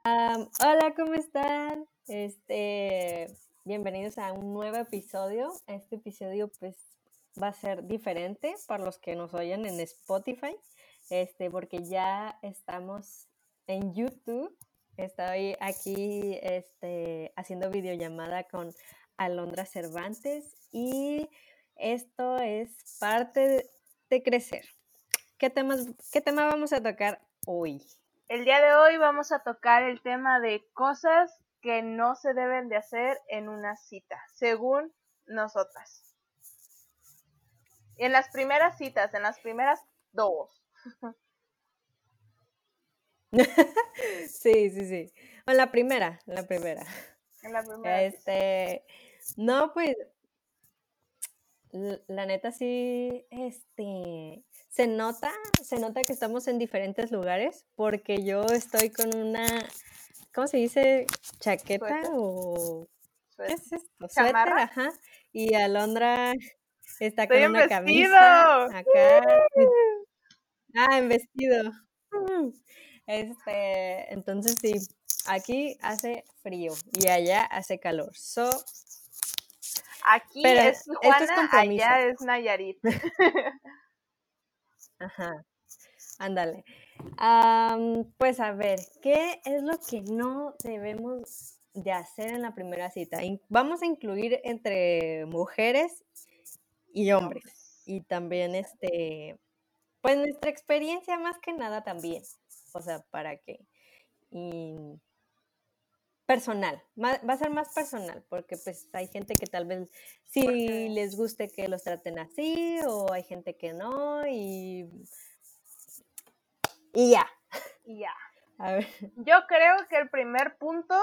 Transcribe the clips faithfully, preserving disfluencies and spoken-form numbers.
Am, hola, ¿cómo están? Este, bienvenidos a un nuevo episodio. Este episodio pues va a ser diferente para los que nos oyen en Spotify, este, porque ya estamos en YouTube. Estoy aquí, este, haciendo videollamada con Alondra Cervantes y esto es parte de, de crecer. ¿Qué temas, qué tema vamos a tocar hoy? El día de hoy vamos a tocar el tema de cosas que no se deben de hacer en una cita, según nosotras. En las primeras citas, en las primeras dos. Sí, sí, sí. O la primera, la primera. En la primera cita. Este, no, pues, l- la neta sí, este, se nota, se nota que estamos en diferentes lugares porque yo estoy con una, ¿cómo se dice? ¿Chaqueta Suéter, o qué suéter. es esto? Suéter, Chamarra. ajá. Y Alondra está Estoy con en una vestido. camisa acá. Ah, en vestido. Mm. Este, entonces sí, aquí hace frío y allá hace calor. So, Aquí pero es esto es Juana, compromiso. allá es Nayarit. Ajá, ándale. Am, pues a ver, ¿qué es lo que no debemos de hacer en la primera cita? In- Vamos a incluir entre mujeres y Y hombres. hombres. Y también, Exacto. este, pues nuestra experiencia más que nada también. O sea, para que... Y personal, ma- va a ser más personal, porque pues hay gente que tal vez sí Porque, les guste que los traten así, o hay gente que no, y, y ya. y ya. A ver, Yo creo que el primer punto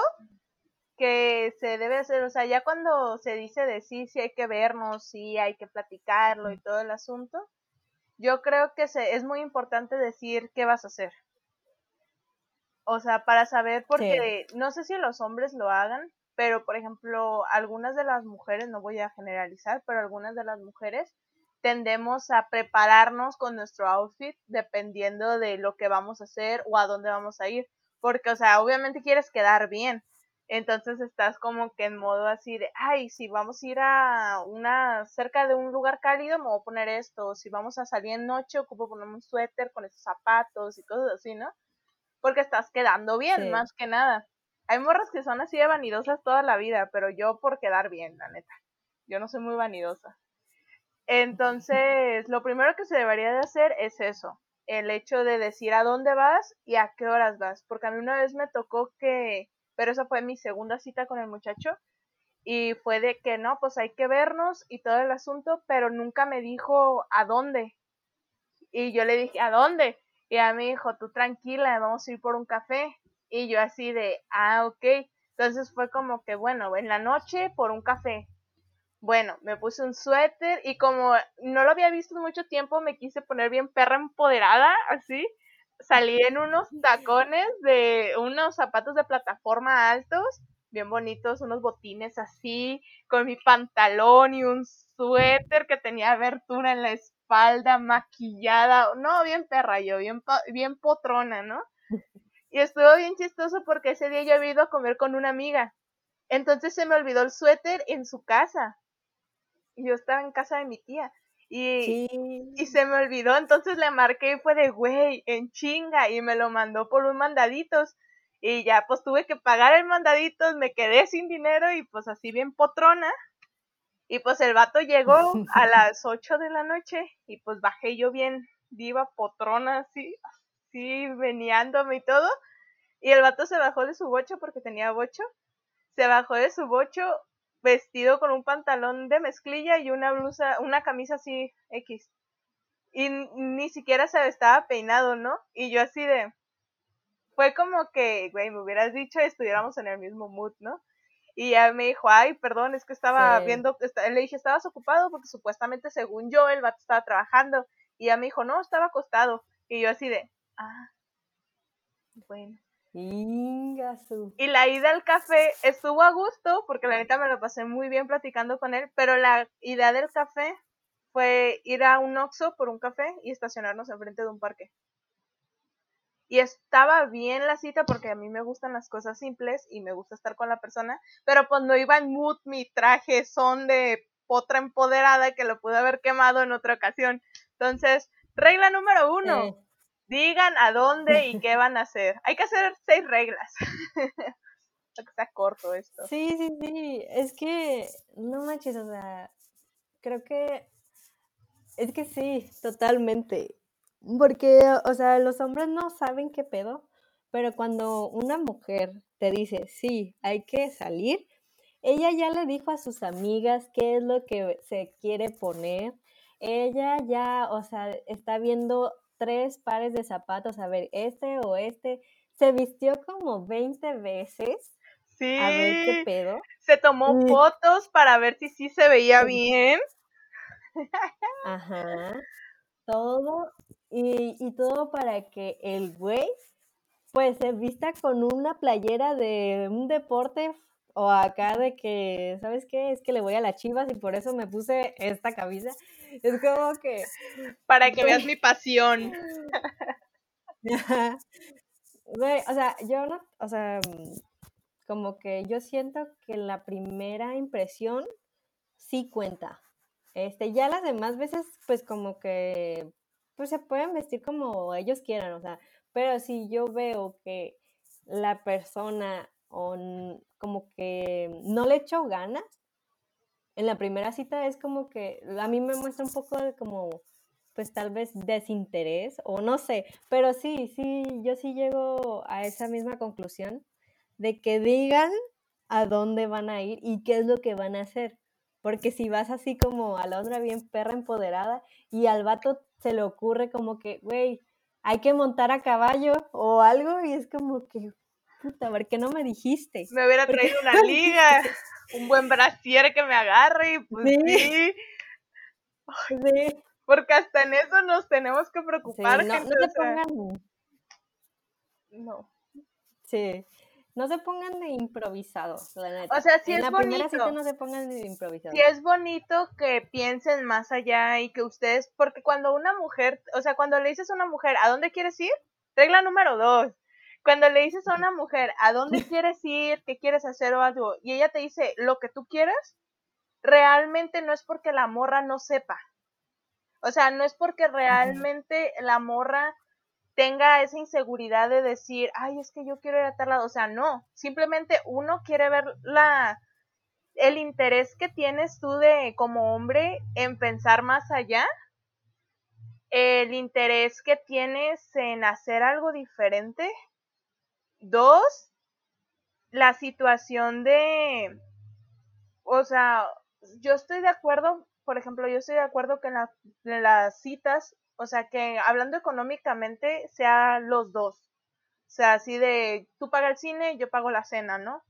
que se debe hacer, o sea, ya cuando se dice de sí, sí hay que vernos, sí hay que platicarlo y todo el asunto, yo creo que se, es muy importante decir qué vas a hacer. O sea, para saber, sí, porque no sé si los hombres lo hagan, pero por ejemplo, algunas de las mujeres, no voy a generalizar, pero algunas de las mujeres tendemos a prepararnos con nuestro outfit dependiendo de lo que vamos a hacer o a dónde vamos a ir. Porque, o sea, obviamente quieres quedar bien. Entonces estás como que en modo así de, ay, si vamos a ir a una, cerca de un lugar cálido, me voy a poner esto. O si vamos a salir en noche, ocupo ponerme un suéter con esos zapatos y cosas así, ¿no? Porque estás quedando bien, sí. más que nada. Hay morras que son así de vanidosas toda la vida, pero yo por quedar bien, la neta. Yo no soy muy vanidosa. Entonces, lo primero que se debería de hacer es eso, el hecho de decir a dónde vas y a qué horas vas, porque a mí una vez me tocó que, pero esa fue mi segunda cita con el muchacho, y fue de que no, pues hay que vernos y todo el asunto, pero nunca me dijo a dónde. Y yo le dije, ¿a dónde? Y a mí dijo, tú tranquila, vamos a ir por un café. Y yo así de, ah, ok. Entonces fue como que, bueno, en la noche por un café. Bueno, me puse un suéter y como no lo había visto en mucho tiempo, me quise poner bien perra empoderada, así. Salí en unos tacones de unos zapatos de plataforma altos, bien bonitos, unos botines así, con mi pantalón y un suéter que tenía abertura en la espalda, maquillada. No, bien perra yo, bien, bien potrona, ¿no? Y estuvo bien chistoso porque ese día yo había ido a comer con una amiga. Entonces se me olvidó el suéter en su casa y yo estaba en casa de mi tía y, Sí. y se me olvidó, entonces le marqué y fue de güey, en chinga, y me lo mandó por un mandaditos y ya pues tuve que pagar el mandaditos, me quedé sin dinero y pues así bien potrona y pues el vato llegó a las ocho de la noche y pues bajé yo bien diva, potrona, así, así meneándome y todo, y el vato se bajó de su bocho porque tenía bocho, se bajó de su bocho vestido con un pantalón de mezclilla y una blusa, una camisa así X. Y ni siquiera se estaba peinado, ¿no? Y yo así de, fue como que, güey, me hubieras dicho y estuviéramos en el mismo mood, ¿no? Y ya me dijo, ay, perdón, es que estaba Sí. viendo, le dije, ¿estabas ocupado? Porque supuestamente, según yo, el vato estaba trabajando. Y ya me dijo, no, estaba acostado. Y yo así de, ah, bueno. Ingasu. Y la ida al café estuvo a gusto, porque la neta me lo pasé muy bien platicando con él, pero la idea del café fue ir a un Oxxo por un café y estacionarnos enfrente de un parque. y estaba bien la cita porque a mí me gustan las cosas simples y me gusta estar con la persona, pero pues no iba en mood mi traje son de potra empoderada que lo pude haber quemado en otra ocasión. Entonces, regla número uno, Sí. digan a dónde y qué van a hacer. Hay que hacer seis reglas. Que está corto esto. Sí, sí, sí. Es que, no manches, o sea, creo que, es que sí, totalmente. Porque, o sea, los hombres no saben qué pedo, pero cuando una mujer te dice, sí, hay que salir, ella ya le dijo a sus amigas qué es lo que se quiere poner. Ella ya, o sea, está viendo tres pares de zapatos, a ver, este o este. Se vistió como veinte veces a ver qué Sí, pedo. se tomó Y, fotos para ver si sí se veía bien. ajá, todo. Y, y todo para que el güey, pues, se vista con una playera de un deporte o acá de que, ¿sabes qué? Es que le voy a las Chivas y por eso me puse esta camisa. Es como que, Para que veas güey, mi pasión. güey, o sea, yo no, o sea, como que yo siento que la primera impresión sí cuenta. Este, ya las demás veces, pues como que, pues se pueden vestir como ellos quieran, o sea, pero si yo veo que la persona o n- como que no le echó ganas, en la primera cita es como que a mí me muestra un poco de como, pues tal vez desinterés o no sé, pero sí, sí, yo sí llego a esa misma conclusión de que digan a dónde van a ir y qué es lo que van a hacer. Porque si vas así como a la otra bien perra empoderada y al vato se le ocurre como que, güey, hay que montar a caballo o algo y es como que, puta, ¿por qué no me dijiste? Me hubiera ¿Por qué traído una no me dijiste? liga, un buen brasier que me agarre y pues Sí, sí, sí. porque hasta en eso nos tenemos que Sí, preocupar, no, no gente, o se sea, pongan, no. sí, no se pongan de improvisados, la O neta. sea, sí En es la primera cita bonito, no se pongan de sí improvisados. es bonito que piensen más allá y que ustedes, porque cuando una mujer, o sea, cuando le dices a una mujer, ¿a dónde quieres ir? Regla número dos. Cuando le dices a una mujer, ¿a dónde quieres ir? ¿Qué quieres hacer o algo? Y ella te dice, lo que tú quieras, realmente no es porque la morra no sepa. O sea, no es porque Ujú, realmente la morra tenga esa inseguridad de decir, ay, es que yo quiero ir a tal lado. O sea, no. Simplemente uno quiere ver la, el interés que tienes tú de como hombre en pensar más allá, el interés que tienes en hacer algo diferente. Dos, la situación de, o sea, yo estoy de acuerdo, por ejemplo, yo estoy de acuerdo que en, la, en las citas, o sea, que hablando económicamente, sea los dos. O sea, así de, tú pagas el cine, yo pago la cena, ¿no?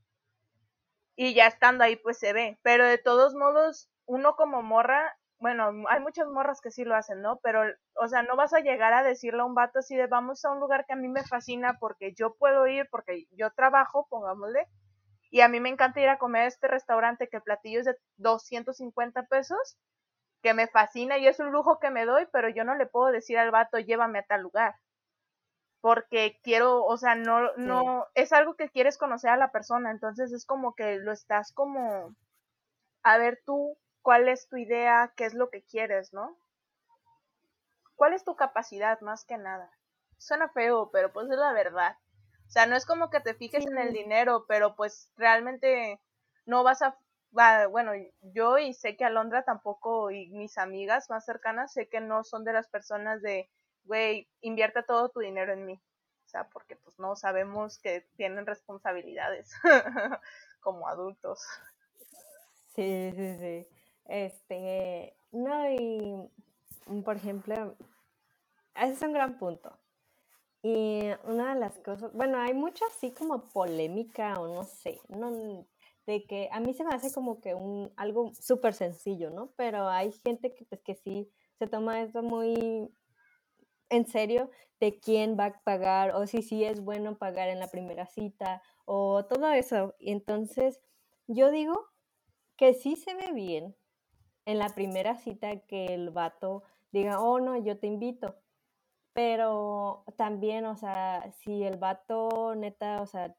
Y ya estando ahí, pues se ve. Pero de todos modos, uno como morra, bueno, hay muchas morras que sí lo hacen, ¿no? Pero, o sea, no vas a llegar a decirle a un vato así de, vamos a un lugar que a mí me fascina porque yo puedo ir, porque yo trabajo, pongámosle, y a mí me encanta ir a comer a este restaurante que el platillo es de doscientos cincuenta pesos, que me fascina y es un lujo que me doy, pero yo no le puedo decir al vato, llévame a tal lugar, porque quiero, o sea, no, sí, no, es algo que quieres conocer a la persona, entonces es como que lo estás como, a ver tú, cuál es tu idea, qué es lo que quieres, ¿no? ¿Cuál es tu capacidad más que nada? Suena feo, pero pues es la verdad. O sea, no es como que te fijes sí, en el dinero, pero pues realmente no vas a, va- bueno, yo y sé que Alondra tampoco y mis amigas más cercanas sé que no son de las personas de, güey, invierte todo tu dinero en mí. O sea, porque pues no sabemos que tienen responsabilidades como adultos. sí, sí, sí. Este, no, y por ejemplo, ese es un gran punto. Y una de las cosas, bueno, hay mucha así como polémica o no sé, no, de que a mí se me hace como que un algo súper sencillo, ¿no? Pero hay gente que pues que sí se toma esto muy en serio de quién va a pagar o si sí es bueno pagar en la primera cita o todo eso. Y entonces yo digo que sí se ve bien en la primera cita que el vato diga, oh no, yo te invito. pero también, o sea, si el vato neta, o sea,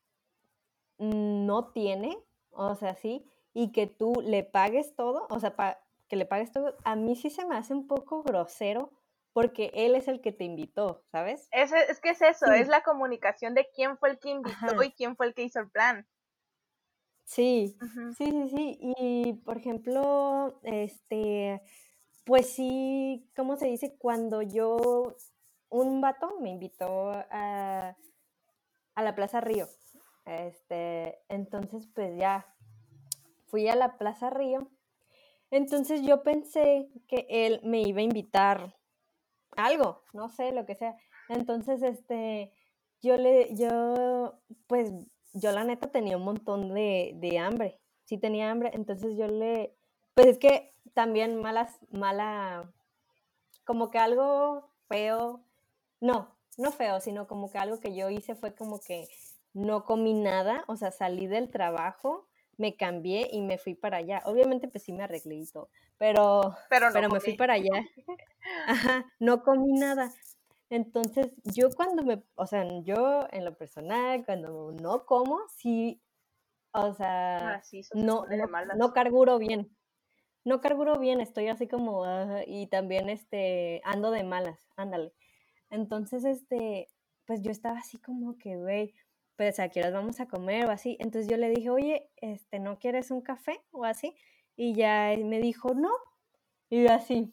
no tiene, o sea, sí, y que tú le pagues todo, o sea, pa- que le pagues todo, a mí sí se me hace un poco grosero porque él es el que te invitó, ¿sabes? Es, es que es eso, es Sí, la comunicación de quién fue el que invitó ajá, y quién fue el que hizo el plan. sí, Ujú. sí, sí, sí, y por ejemplo, este, pues sí, ¿cómo se dice? Cuando yo, un vato me invitó a, a la Plaza Río, este, entonces pues ya fui a la Plaza Río. Entonces yo pensé que él me iba a invitar algo, no sé, lo que sea. Entonces, este, yo le, yo, pues, yo la neta tenía un montón de, de hambre, sí tenía hambre, entonces yo le, pues es que también malas, mala, como que algo feo, no, no feo, sino como que algo que yo hice fue como que no comí nada, o sea, salí del trabajo, me cambié y me fui para allá. Obviamente, pues sí me arreglé y todo, pero, Pero no pero me fui comí. para allá. Ajá, no comí nada. Entonces, yo cuando me, o sea, yo en lo personal, cuando no como, sí, o sea, Así, eso se no, pone de no, malas. no carburo bien no carburo bien, estoy así como, ah, y también este, ando de malas, ándale. Entonces, este, pues yo estaba así como que, güey, pues a qué horas vamos a comer o así. Entonces yo le dije, oye, este, ¿no quieres un café o así? Y ya él me dijo, no, y yo así.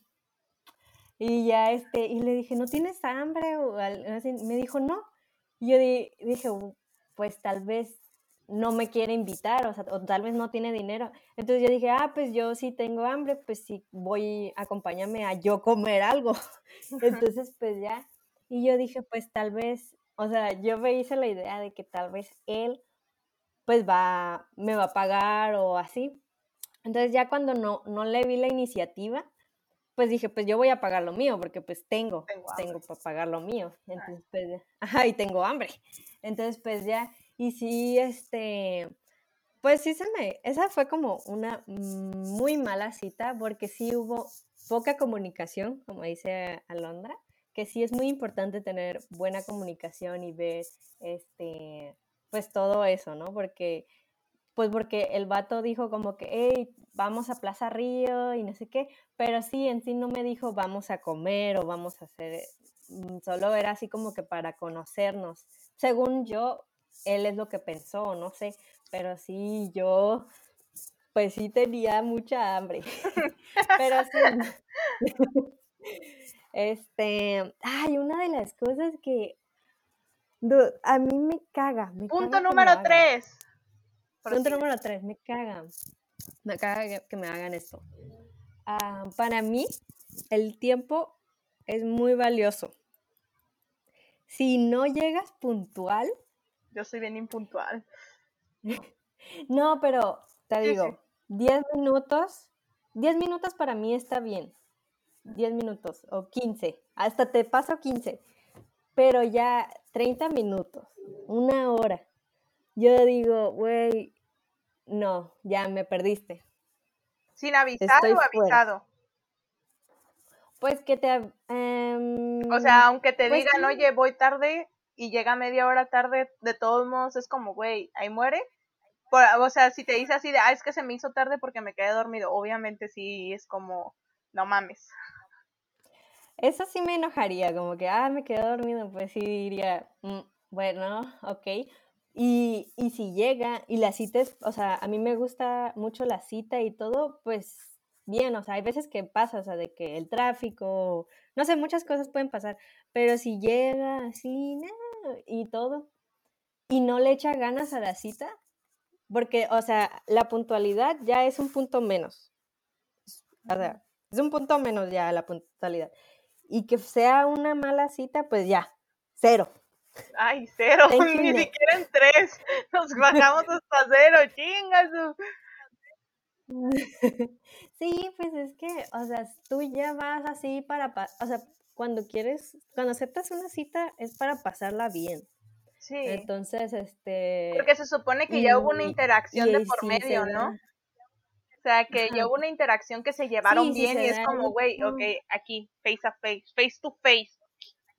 Y ya, este, y le dije, ¿no tienes hambre? O algo así. Me dijo, no. Y yo di- dije, "U- pues tal vez no me quiere invitar, o sea, o tal vez no tiene dinero. Entonces yo dije, ah, pues yo sí tengo hambre, pues sí voy, acompáñame a yo comer algo. Entonces, pues ya. Y yo dije, pues tal vez, o sea, yo me hice la idea de que tal vez él, pues va, me va a pagar o así. Entonces ya cuando no, no le vi la iniciativa, pues dije, pues yo voy a pagar lo mío, porque pues tengo, Tengo hambre. tengo para pagar lo mío. Entonces, pues, ya- ajá, y tengo hambre. Entonces, pues ya, y sí, este, pues sí se me, esa fue como una muy mala cita, porque sí hubo poca comunicación, como dice Alondra, que sí es muy importante tener buena comunicación y ver, este, pues todo eso, ¿no? Porque pues porque el vato dijo como que, hey, vamos a Plaza Río y no sé qué, pero sí, en sí no me dijo vamos a comer o vamos a hacer, mm, solo era así como que para conocernos. Según yo, él es lo que pensó, no sé, pero sí, yo, pues sí tenía mucha hambre, pero sí, este, ay, una de las cosas que dude, a mí me caga, me Punto caga que me número hagan. tres. Punto Prosigue. número tres, me cagan. Me caga que, que me hagan esto. Ah, para mí, el tiempo es muy valioso. Si no llegas puntual, Yo soy bien impuntual. no, pero te Sí, sí. digo, diez minutos, diez minutos para mí está bien. Diez minutos o quince, hasta te paso quince, pero ya treinta minutos, una hora. Yo digo, güey, no, ya me perdiste. ¿Sin avisar Estoy o fuera. avisado? Pues que te... O Um, sea, aunque te pues digan, sí, oye, voy tarde y llega media hora tarde, de todos modos es como, güey, ahí muere. Por- o sea, si te dice así de, ah, es que se me hizo tarde porque me quedé dormido, obviamente sí es como, no mames. eso sí me enojaría, como que, ah, me quedé dormido, pues sí diría, "Mm, bueno, ok". Y, y si llega y la cita es, o sea, a mí me gusta mucho la cita y todo, pues bien, o sea, hay veces que pasa, o sea, de que el tráfico, no sé, muchas cosas pueden pasar, pero si llega así, no, y todo, y no le echa ganas a la cita, porque, o sea, la puntualidad ya es un punto menos, o sea, es un punto menos ya la puntualidad. Y que sea una mala cita, pues ya, cero. Ay, cero, Thank you, ni next. siquiera en tres, nos bajamos hasta cero, chingas. Sí, pues es que, o sea, tú ya vas así para, pa- o sea, cuando quieres, cuando aceptas una cita es para pasarla bien. Sí, Entonces, este, porque se supone que ya hubo una y, interacción de y por si se medio, ¿no? da, O sea, que ya ajá, hubo una interacción que se llevaron sí, si bien se y es da como, güey, ok, algo, aquí, face a face, face to face.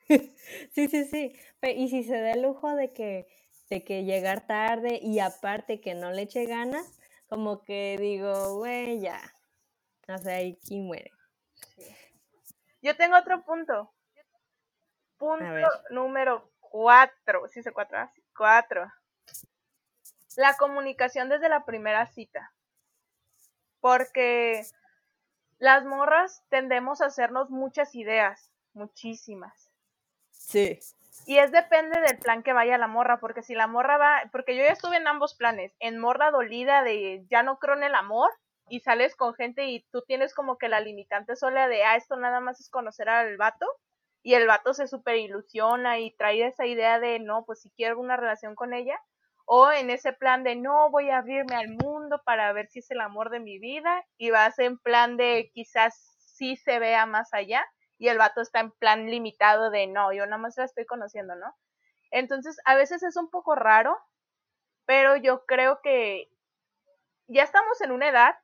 Sí, sí, sí. Pe- y si se da el lujo de que, de que llegar tarde y aparte que no le eche ganas, como que digo, güey, ya. O sea, aquí muere. Sí. Yo tengo otro punto. A Punto ver. número cuatro. Sí, sé cuatro. ¿Ah? Sí, cuatro. La comunicación desde la primera cita. Porque las morras tendemos a hacernos muchas ideas. Muchísimas. Sí. Y es depende del plan que vaya la morra, porque si la morra va, porque yo ya estuve en ambos planes, en morra dolida de ya no creo en el amor, y sales con gente y tú tienes como que la limitante sola de, ah, esto nada más es conocer al vato, y el vato se super ilusiona y trae esa idea de, no, pues si quiero una relación con ella, o en ese plan de, no, voy a abrirme al mundo para ver si es el amor de mi vida, y vas en plan de quizás sí se vea más allá, y el vato está en plan limitado de no, yo nada más la estoy conociendo, ¿no? Entonces, a veces es un poco raro, pero yo creo que ya estamos en una edad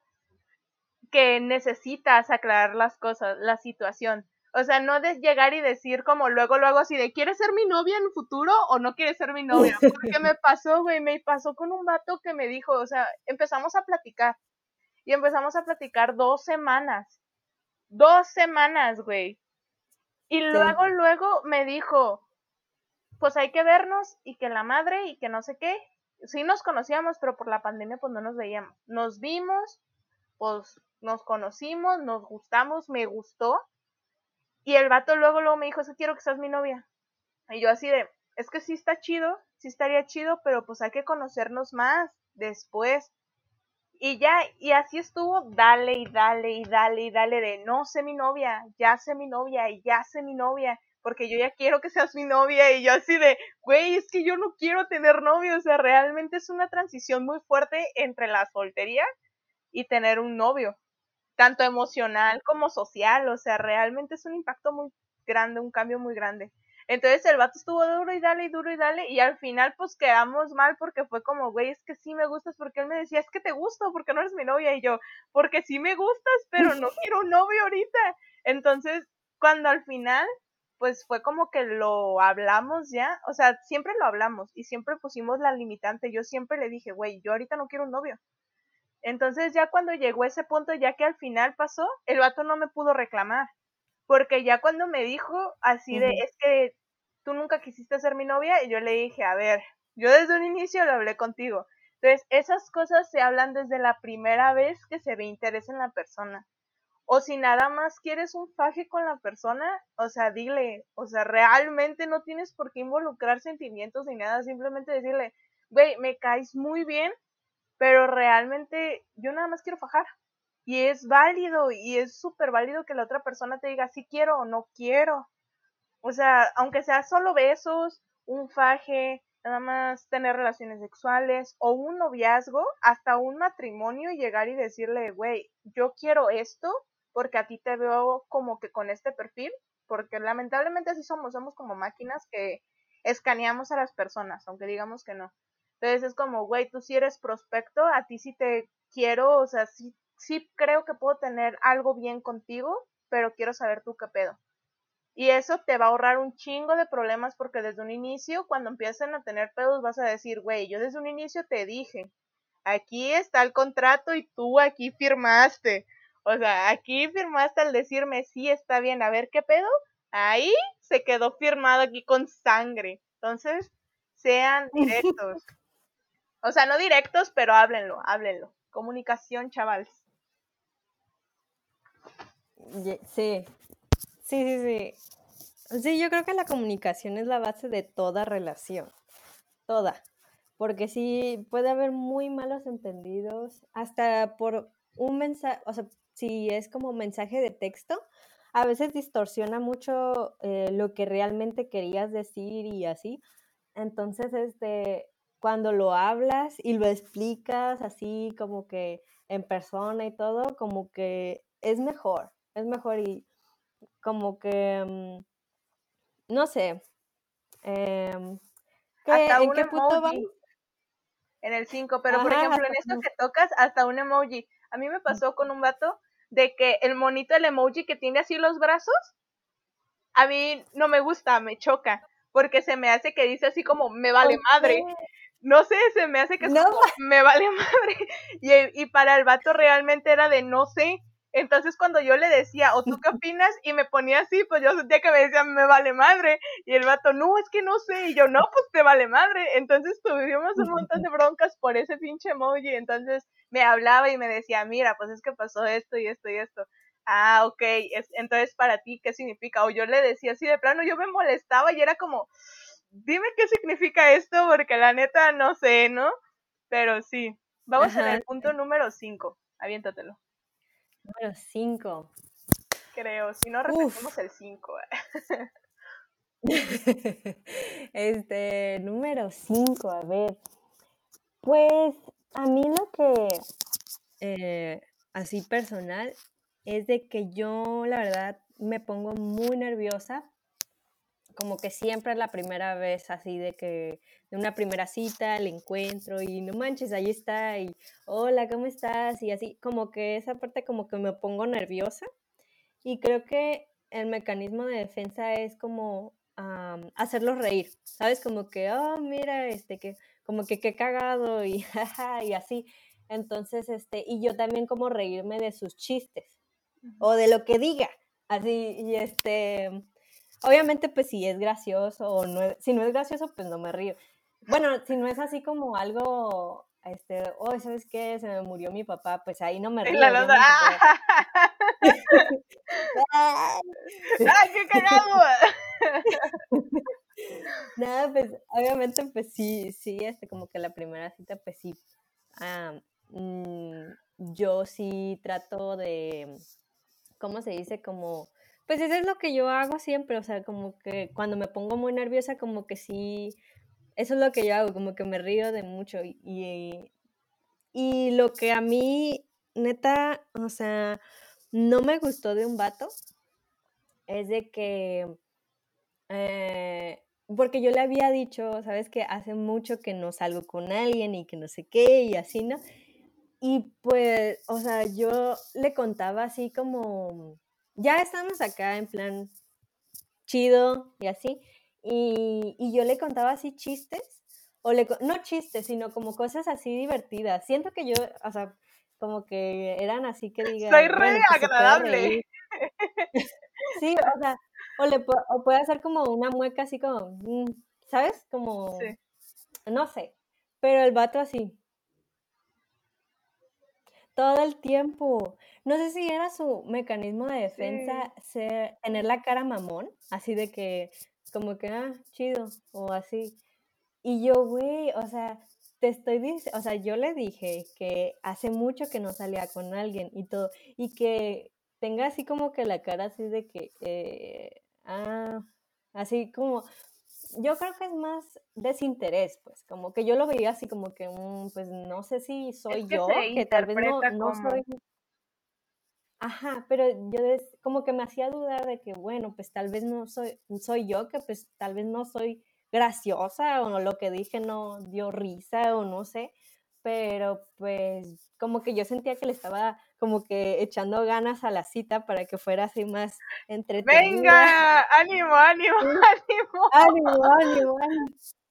que necesitas aclarar las cosas, la situación. O sea, no de llegar y decir como luego, luego así de, ¿quieres ser mi novia en el futuro o no quieres ser mi novia? Porque me pasó, güey, me pasó con un vato que me dijo, o sea, empezamos a platicar y empezamos a platicar dos semanas. Dos semanas, güey. Y Sí. luego, luego me dijo, pues hay que vernos y que la madre y que no sé qué. Sí nos conocíamos, pero por la pandemia pues no nos veíamos. Nos vimos, pues nos conocimos, nos gustamos, me gustó. Y el vato luego, luego me dijo, es que quiero que seas mi novia. Y yo así de, es que sí está chido, sí estaría chido, pero pues hay que conocernos más después. Y ya, y así estuvo, dale y dale y dale y dale de no sé mi novia, ya sé mi novia y ya sé mi novia, porque yo ya quiero que seas mi novia y yo así de, güey, es que yo no quiero tener novio, o sea, realmente es una transición muy fuerte entre la soltería y tener un novio, tanto emocional como social, o sea, realmente es un impacto muy grande, un cambio muy grande. Entonces el vato estuvo duro y dale y duro y dale y al final pues quedamos mal porque fue como, güey, es que sí me gustas porque él me decía, es que te gusto porque no eres mi novia y yo, porque sí me gustas, pero no quiero un novio ahorita. Entonces, cuando al final pues fue como que lo hablamos ya, o sea, siempre lo hablamos y siempre pusimos la limitante, yo siempre le dije, güey, yo ahorita no quiero un novio. Entonces ya cuando llegó ese punto, ya que al final pasó, el vato no me pudo reclamar, porque ya cuando me dijo así de, Ujú. es que tú nunca quisiste ser mi novia, y yo le dije, a ver, yo desde un inicio lo hablé contigo. Entonces, esas cosas se hablan desde la primera vez que se ve interés en la persona. O si nada más quieres un faje con la persona, o sea, dile, o sea, realmente no tienes por qué involucrar sentimientos ni nada, simplemente decirle, güey, me caes muy bien, pero realmente yo nada más quiero fajar. Y es válido y es súper válido que la otra persona te diga si quiero o no quiero. O sea, aunque sea solo besos, un faje, nada más tener relaciones sexuales o un noviazgo, hasta un matrimonio y llegar y decirle, güey, yo quiero esto porque a ti te veo como que con este perfil, porque lamentablemente así somos, somos como máquinas que escaneamos a las personas, aunque digamos que no. Entonces es como, güey, tú sí eres prospecto, a ti sí te quiero, o sea, sí, sí creo que puedo tener algo bien contigo, pero quiero saber tú qué pedo. Y eso te va a ahorrar un chingo de problemas porque desde un inicio, cuando empiecen a tener pedos, vas a decir, güey, yo desde un inicio te dije, aquí está el contrato y tú aquí firmaste. O sea, aquí firmaste al decirme, sí, está bien, a ver qué pedo. Ahí se quedó firmado aquí con sangre. Entonces, sean directos. O sea, no directos, pero háblenlo, háblenlo. Comunicación, chavales. Ye- Sí, sí, sí, sí. Sí, yo creo que la comunicación es la base de toda relación, toda, porque sí puede haber muy malos entendidos, hasta por un mensaje, o sea, si es como mensaje de texto, a veces distorsiona mucho eh, lo que realmente querías decir y así. Entonces, este, cuando lo hablas y lo explicas así como que en persona y todo, como que es mejor, es mejor y como que, mm, no sé, em, ¿qué, Hasta ¿en un qué punto vamos? emoji en el cinco, pero por Ajá, ejemplo, en hasta esto como- que tocas, hasta un emoji. A mí me pasó con un vato de que el monito, el emoji que tiene así los brazos, a mí no me gusta, me choca, porque se me hace que dice así como, me vale ¿Por madre. qué? No sé, se me hace que es No, como, me vale madre. Y, y para el vato realmente era de no sé. Entonces cuando yo le decía, ¿o tú qué opinas? Y me ponía así, pues yo sentía que me decía, me vale madre. Y el vato, no, es que no sé. Y yo, no, pues te vale madre. Entonces tuvimos un montón de broncas por ese pinche emoji. Entonces me hablaba y me decía, mira, pues es que pasó esto y esto y esto. Ah, ok, es, entonces para ti, ¿qué significa? O yo le decía así de plano, yo me molestaba y era como, dime qué significa esto, porque la neta no sé, ¿no? Pero sí, vamos en ajá, el punto número cinco, aviéntatelo, número cinco. creo, si no repetimos Uf. el cinco. Este, número cinco, a ver. Pues a mí lo que, eh, así personal, es de que yo, la verdad, me pongo muy nerviosa, como que siempre es la primera vez así de que, de una primera cita, el encuentro y no manches, ahí está y hola, ¿cómo estás? Y así, como que esa parte como que me pongo nerviosa. Y creo que el mecanismo de defensa es como am, hacerlos reír, ¿sabes? Como que, oh, mira, este, que, como que qué cagado y jaja, y así. Entonces, este, y yo también como reírme de sus chistes o de lo que diga, así, y este, obviamente, pues si es gracioso o no es, si no es gracioso, pues no me río. Bueno, si no es así como algo, este, oh, ¿sabes qué? Se me murió mi papá, pues ahí no me Y la río, otra, obviamente, pero ¡ah! ¡ay! ¡Ah, qué cagado! Nada, pues obviamente pues sí, sí, este, como que la primera cita pues sí, ah, mm, yo sí trato de, ¿cómo se dice? Como, pues eso es lo que yo hago siempre, o sea, como que cuando me pongo muy nerviosa, como que sí, eso es lo que yo hago, como que me río de mucho y, y, y lo que a mí, neta, o sea, no me gustó de un vato es de que Eh, porque yo le había dicho, sabes que hace mucho que no salgo con alguien y que no sé qué y así, ¿no? Y pues, o sea, yo le contaba así como, ya estamos acá en plan chido y así, y, y yo le contaba así chistes, o le, co- no chistes, sino como cosas así divertidas. Siento que yo, o sea, como que eran así que Soy diga, re bueno, pues se puede agradable. reír. Sí, o sea, o le pue o puede hacer como una mueca así como, mm, ¿sabes? Como, Sí, no sé, pero el vato así, todo el tiempo. No sé si era su mecanismo de sí. defensa ser tener la cara mamón, así de que como que, ah, chido, o así. Y yo, güey, o sea, te estoy dic o sea, yo le dije que hace mucho que no salía con alguien y todo, y que tenga así como que la cara así de que, eh, ah, así como, yo creo que es más desinterés, pues, como que yo lo veía así como que, mm, pues, no sé si Es soy que se yo, que tal vez no interpreta no como, soy ajá, pero yo des como que me hacía dudar de que, bueno, pues, tal vez no soy soy yo, que, pues, tal vez no soy graciosa, o lo que dije no dio risa, o no sé, pero, pues, como que yo sentía que le estaba como que echando ganas a la cita para que fuera así más entretenida. venga, ánimo, ánimo, Sí, ánimo. ánimo, ánimo, ánimo.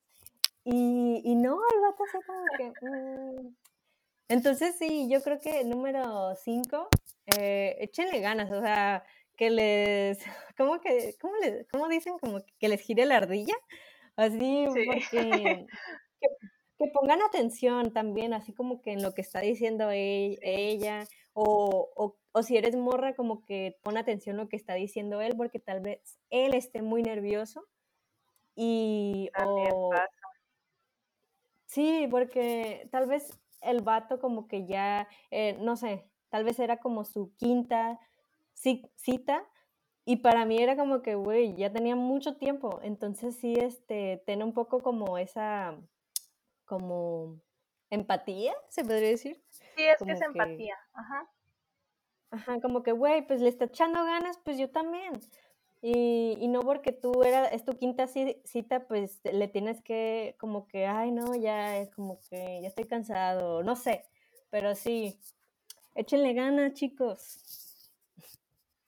Y y no, el vato así como que, mm. Entonces sí, yo creo que número cinco, eh, échenle ganas, o sea, que les ¿cómo que cómo le cómo dicen? Como que les gire la ardilla, así, Sí. porque que que pongan atención también, así como que en lo que está diciendo e Sí, ella, o o o si eres morra, como que pon atención lo que está diciendo él, porque tal vez él esté muy nervioso y también o pasa. sí, porque tal vez el vato como que ya, eh, no sé, tal vez era como su quinta ci cita, y para mí era como que, güey, ya tenía mucho tiempo. Entonces sí, este, ten un poco como esa, como empatía, ¿se podría decir? Sí, es que es Como que empatía. Ajá. ajá, como que, güey, pues le está echando ganas, pues yo también. Y, y no porque tú era, es tu quinta ci- cita, pues le tienes que, como que, ay, no, ya es como que ya estoy cansado, no sé. Pero sí, échenle ganas, chicos.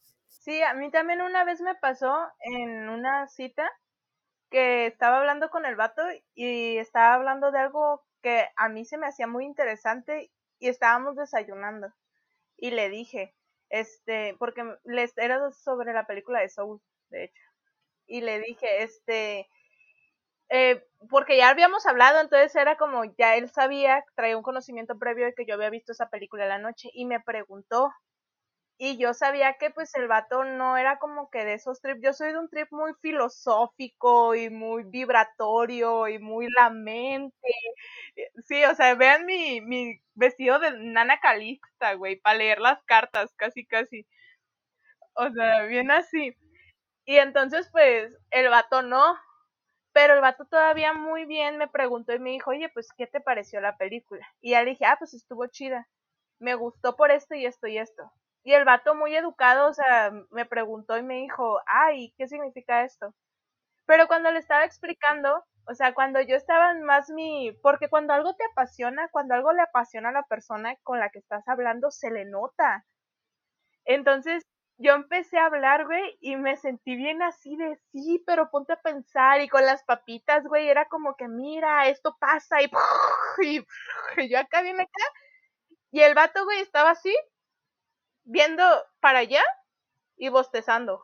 Sí, a mí también una vez me pasó en una cita que estaba hablando con el vato y estaba hablando de algo que a mí se me hacía muy interesante y estábamos desayunando. Y le dije, este, porque les era sobre la película de Soul, de hecho. Y le dije, este, eh, porque ya habíamos hablado, entonces era como, ya él sabía, traía un conocimiento previo de que yo había visto esa película en la noche y me preguntó. Y yo sabía que pues el vato no era como que de esos trips, yo soy de un trip muy filosófico y muy vibratorio y muy la mente. Sí, o sea, vean mi, mi vestido de nana calixta, güey, para leer las cartas, casi, casi. O sea, bien así. Y entonces, pues, el vato no. Pero el vato todavía muy bien me preguntó y me dijo, oye, pues, ¿qué te pareció la película? Y ya le dije, ah, pues estuvo chida. Me gustó por esto y esto y esto. Y el vato muy educado, o sea, me preguntó y me dijo, ay, ¿qué significa esto? Pero cuando le estaba explicando, o sea, cuando yo estaba en más mi, porque cuando algo te apasiona, cuando algo le apasiona a la persona con la que estás hablando, se le nota. Entonces, yo empecé a hablar, güey, y me sentí bien así de sí, pero ponte a pensar, y con las papitas, güey, era como que mira, esto pasa, y, y, y yo acá bien acá, y el vato, güey, estaba así, viendo para allá y bostezando.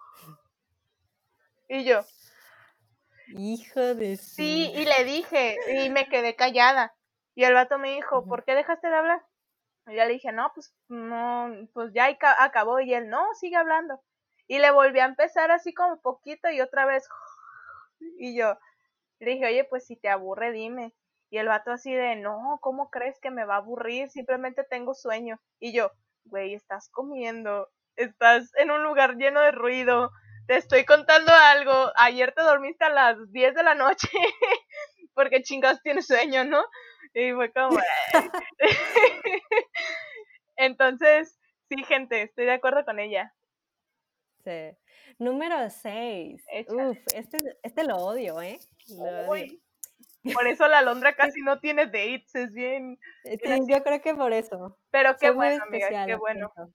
Y yo, Hijo de su... sí, y le dije, y me quedé callada. Y el vato me dijo, Ujú. ¿por qué dejaste de hablar? Y ya le dije, no, pues no, pues ya acabó. Y él, no, sigue hablando. Y le volví a empezar así como poquito y otra vez. Y yo le dije, oye, pues si te aburre, dime. Y el vato así de, no, ¿cómo crees que me va a aburrir? Simplemente tengo sueño. Y yo, güey, estás comiendo, estás en un lugar lleno de ruido, te estoy contando algo, ayer te dormiste a las diez de la noche, porque chingados tienes sueño, ¿no? Y fue como, entonces, sí, gente, estoy de acuerdo con ella. Sí. Número seis. Échale. Uf, este, este lo odio, ¿eh? Lo odio. Uy, por eso la Alondra casi no tiene dates, es bien, bien Sí, así. yo creo que por eso. Pero qué Soy muy bueno, amiga, especial, qué lo bueno. siento.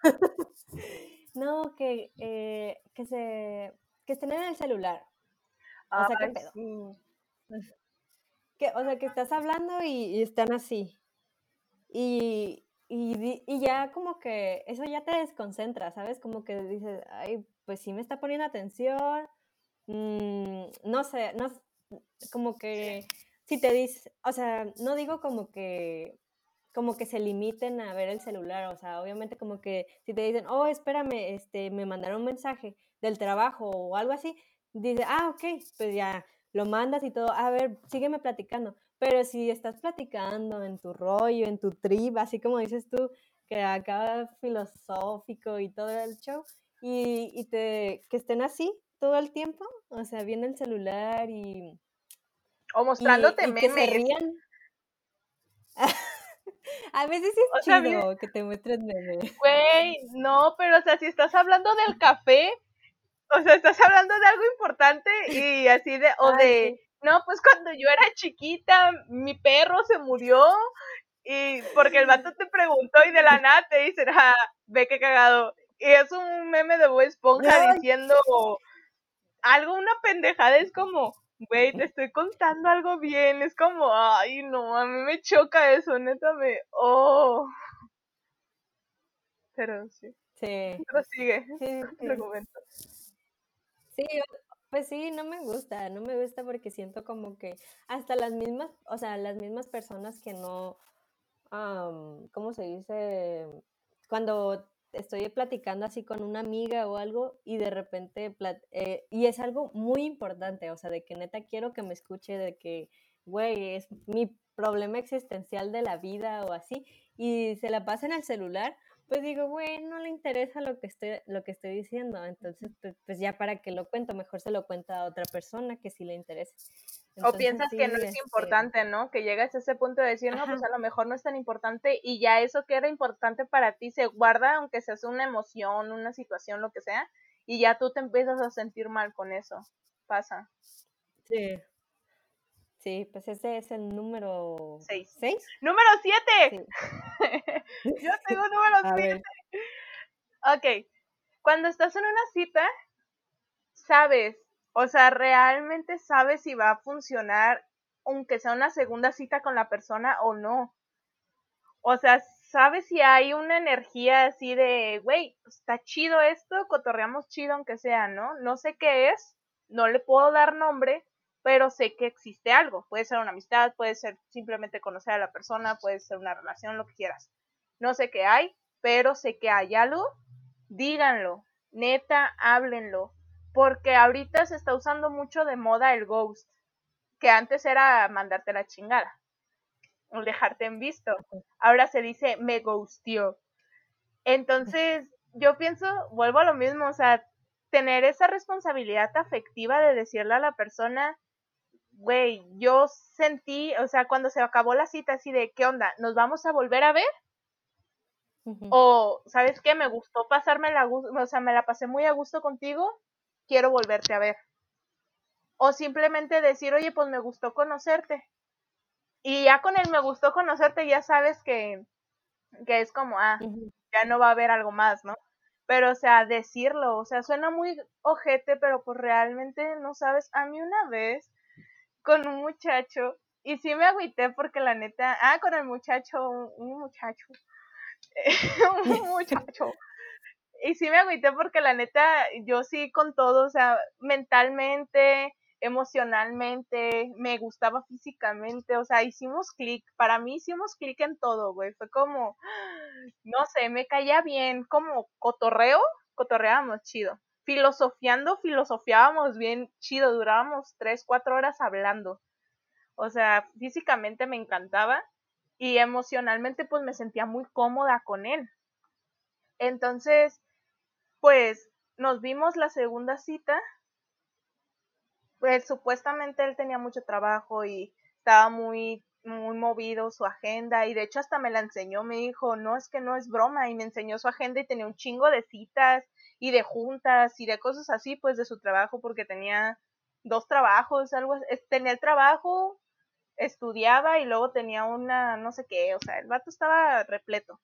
No, que, eh, que se que estén en el celular. O sea, ¿qué Ay, pedo? sí. Que, o sea, que estás hablando y, y están así. Y, y, di- y ya como que eso ya te desconcentra, ¿sabes? Como que dices, ay, pues sí me está poniendo atención. mm, no sé, no, s- como que si te dices, o sea, no digo como que como que se limiten a ver el celular, o sea, obviamente como que si te dicen, oh, espérame, este, me mandaron un mensaje del trabajo o algo así, dice, ah, ok, pues ya lo mandas y todo, a ver, sígueme platicando, pero si estás platicando en tu rollo, en tu trip, así como dices tú, que acá filosófico y todo el show, y, y te, que estén así todo el tiempo, o sea, viendo el celular y, O y, mostrándote y que se memes. rían. A veces sí es O sea, bien, chido que te muestren memes. güey, no, pero o sea, si estás hablando del café, o sea, estás hablando de algo importante y así de, o Ah, de, sí. no, pues cuando yo era chiquita, mi perro se murió y porque el vato te preguntó y de la nada te dicen, ah, ve qué cagado. Y es un meme de Bob Esponja Ay, diciendo algo, una pendejada, es como, güey, te estoy contando algo bien, es como, ay, no, a mí me choca eso, neta me, oh, pero sí, sí, pero sigue sí, con el sí. argumento. Sí, pues sí, no me gusta, no me gusta porque siento como que hasta las mismas, o sea, las mismas personas que no, am, ¿cómo se dice? Cuando estoy platicando así con una amiga o algo y de repente, plat- eh, y es algo muy importante, o sea, de que neta quiero que me escuche, de que, güey, es mi problema existencial de la vida o así, y se la pasa en el celular, pues digo, güey, no le interesa lo que estoy, lo que estoy diciendo, entonces, pues, pues ya para que lo cuento, mejor se lo cuenta a otra persona que sí le interese. O Entonces piensas que no sí, es este, importante, ¿no? Que llegas a ese punto de decir, no, pues ajá, a lo mejor no es tan importante y ya eso que era importante para ti se guarda, aunque seas una emoción, una situación, lo que sea, y ya tú te empiezas a sentir mal con eso. Pasa. sí. Sí, pues ese es el número Seis. seis. Número siete. Sí. Yo tengo número A siete. ver. Ok. cuando estás en una cita, sabes, o sea, realmente sabes si va a funcionar, aunque sea una segunda cita con la persona o no. O sea, sabes si hay una energía así de, güey, está chido esto, cotorreamos chido aunque sea, ¿no? No sé qué es, no le puedo dar nombre, pero sé que existe algo. Puede ser una amistad, puede ser simplemente conocer a la persona, puede ser una relación, lo que quieras. No sé qué hay, pero sé que hay algo. Díganlo, neta, háblenlo, porque ahorita se está usando mucho de moda el ghost, que antes era mandarte la chingada o dejarte en visto. Ahora se dice me ghostió. Entonces, yo pienso, vuelvo a lo mismo, o sea, tener esa responsabilidad afectiva de decirle a la persona, güey, yo sentí, o sea, cuando se acabó la cita, así de, ¿qué onda? ¿Nos vamos a volver a ver? Ujú. O, ¿sabes qué? Me gustó pasarme la, o sea, me la pasé muy a gusto contigo, quiero volverte a ver. O simplemente decir, oye, pues me gustó conocerte. Y ya con el me gustó conocerte, ya sabes que, que es como, ah, Ujú. ya no va a haber algo más, ¿no? Pero, o sea, decirlo, o sea, suena muy ojete, pero pues realmente no sabes. A mí una vez, con un muchacho, y sí me agüité porque la neta, ah, con el muchacho, un, un muchacho, un muchacho, y sí me agüité porque la neta, yo sí con todo, o sea, mentalmente, emocionalmente, me gustaba físicamente, o sea, hicimos clic, para mí hicimos clic en todo, güey, fue como, no sé, me caía bien, como cotorreo, cotorreábamos chido, filosofiando, filosofiábamos bien chido, durábamos tres, cuatro horas hablando, o sea, físicamente me encantaba y emocionalmente pues me sentía muy cómoda con él. Entonces, pues nos vimos la segunda cita, pues supuestamente él tenía mucho trabajo y estaba muy muy movido su agenda y de hecho hasta me la enseñó, me dijo, no, es que no es broma y me enseñó su agenda y tenía un chingo de citas y de juntas y de cosas así, pues de su trabajo porque tenía dos trabajos, algo así. Tenía el trabajo, estudiaba y luego tenía una no sé qué, o sea, el vato estaba repleto.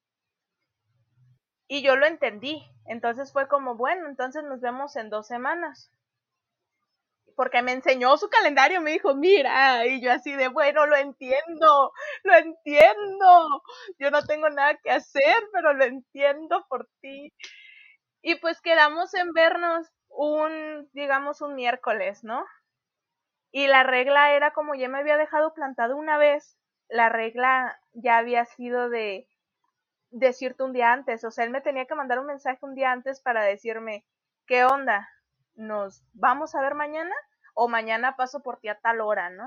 Y yo lo entendí, entonces fue como, bueno, entonces nos vemos en dos semanas. Porque me enseñó su calendario, me dijo, mira, y yo así de, bueno, lo entiendo, lo entiendo, yo no tengo nada que hacer, pero lo entiendo por ti. Y pues quedamos en vernos un, digamos, un miércoles, ¿no? Y la regla era como ya me había dejado plantado una vez, la regla ya había sido de decirte un día antes, o sea, él me tenía que mandar un mensaje un día antes para decirme, ¿qué onda? ¿Nos vamos a ver mañana? O mañana paso por ti a tal hora, ¿no?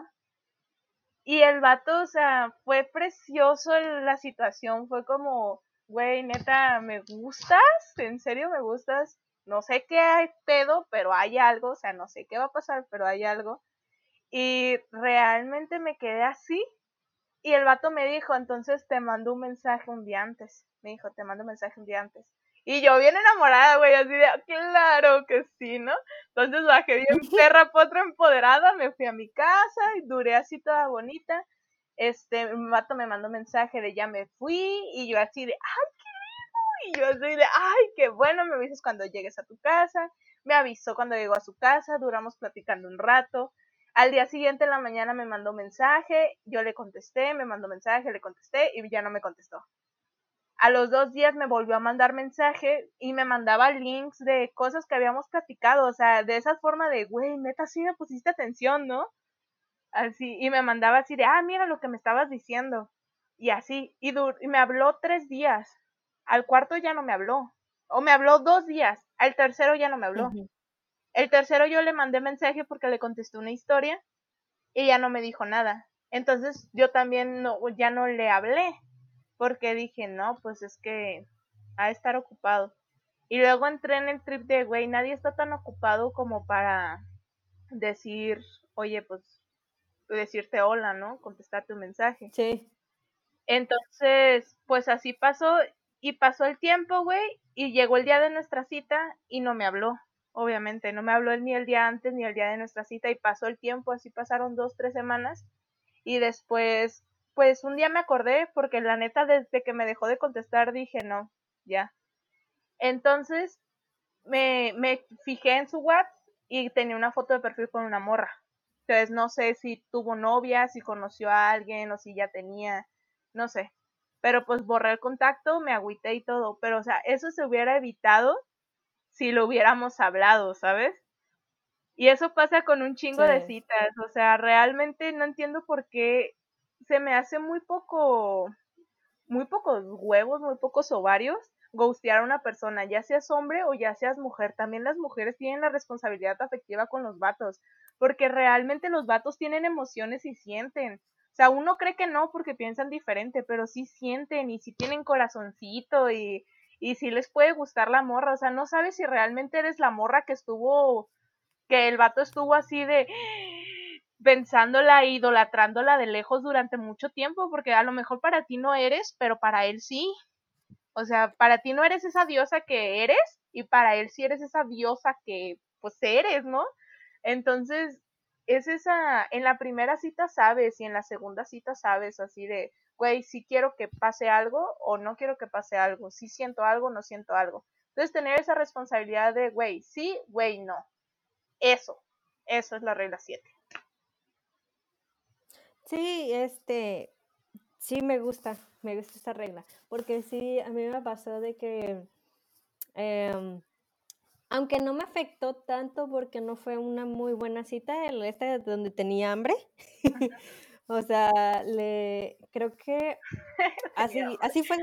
Y el vato, o sea, fue precioso la situación, fue como, güey, neta, me gustas, en serio me gustas, no sé qué hay pedo, pero hay algo, o sea, no sé qué va a pasar, pero hay algo. Y realmente me quedé así. Y el vato me dijo, entonces te mando un mensaje un día antes. Me dijo, te mando un mensaje un día antes. Y yo bien enamorada, güey, así de, claro que sí, ¿no? Entonces bajé bien perra, potra, empoderada, me fui a mi casa y duré así toda bonita. Este, el vato me mandó un mensaje de ya me fui y yo así de, ay, qué lindo. Y yo así de, ay, qué bueno, me avisas cuando llegues a tu casa. Me avisó cuando llegó a su casa, duramos platicando un rato. Al día siguiente en la mañana me mandó mensaje, yo le contesté, me mandó mensaje, le contesté y ya no me contestó. A los dos días me volvió a mandar mensaje y me mandaba links de cosas que habíamos platicado, o sea, de esa forma de, güey, neta, sí me pusiste atención, ¿no? Así, y me mandaba así de, ah, mira lo que me estabas diciendo. Y así, y, y me habló tres días. Al cuarto ya no me habló. O me habló dos días. Al tercero ya no me habló. Ujú. El tercero yo le mandé mensaje porque le contesté una historia y ella no me dijo nada. Entonces yo también no, ya no le hablé porque dije, no, pues es que ha de estar ocupado. Y luego entré en el trip de, güey, nadie está tan ocupado como para decir, oye, pues decirte hola, ¿no? Contestar tu mensaje. Sí. Entonces, pues así pasó y pasó el tiempo, güey, y llegó el día de nuestra cita y no me habló. Obviamente, no me habló ni el día antes ni el día de nuestra cita y pasó el tiempo, así pasaron dos, tres semanas y después, pues un día me acordé porque la neta desde que me dejó de contestar dije no, ya. Entonces me, me fijé en su WhatsApp y tenía una foto de perfil con una morra. Entonces no sé si tuvo novia, si conoció a alguien o si ya tenía, no sé. Pero pues borré el contacto, me agüité y todo. Pero o sea, eso se hubiera evitado si lo hubiéramos hablado, ¿sabes? Y eso pasa con un chingo de Sí. citas. O sea, realmente no entiendo por qué se me hace muy poco, muy pocos huevos, muy pocos ovarios ghostear a una persona, ya seas hombre o ya seas mujer. También las mujeres tienen la responsabilidad afectiva con los vatos, porque realmente los vatos tienen emociones y sienten. O sea, uno cree que no porque piensan diferente, pero sí sienten y sí tienen corazoncito y, y sí les puede gustar la morra. O sea, no sabes si realmente eres la morra que estuvo, que el vato estuvo así de pensándola e idolatrándola de lejos durante mucho tiempo, porque a lo mejor para ti no eres, pero para él sí. O sea, para ti no eres esa diosa que eres y para él sí eres esa diosa que pues eres, ¿no? Entonces, es esa, en la primera cita sabes y en la segunda cita sabes así de, güey, si quiero que pase algo o no quiero que pase algo, si siento algo, no siento algo. Entonces, tener esa responsabilidad de, güey, sí, güey, no. Eso, eso es la regla siete. Sí, este, sí me gusta, me gusta esta regla, porque sí, a mí me pasó de que, em, aunque no me afectó tanto porque no fue una muy buena cita, el esta donde tenía hambre, o sea, le creo que Tenía así así fue.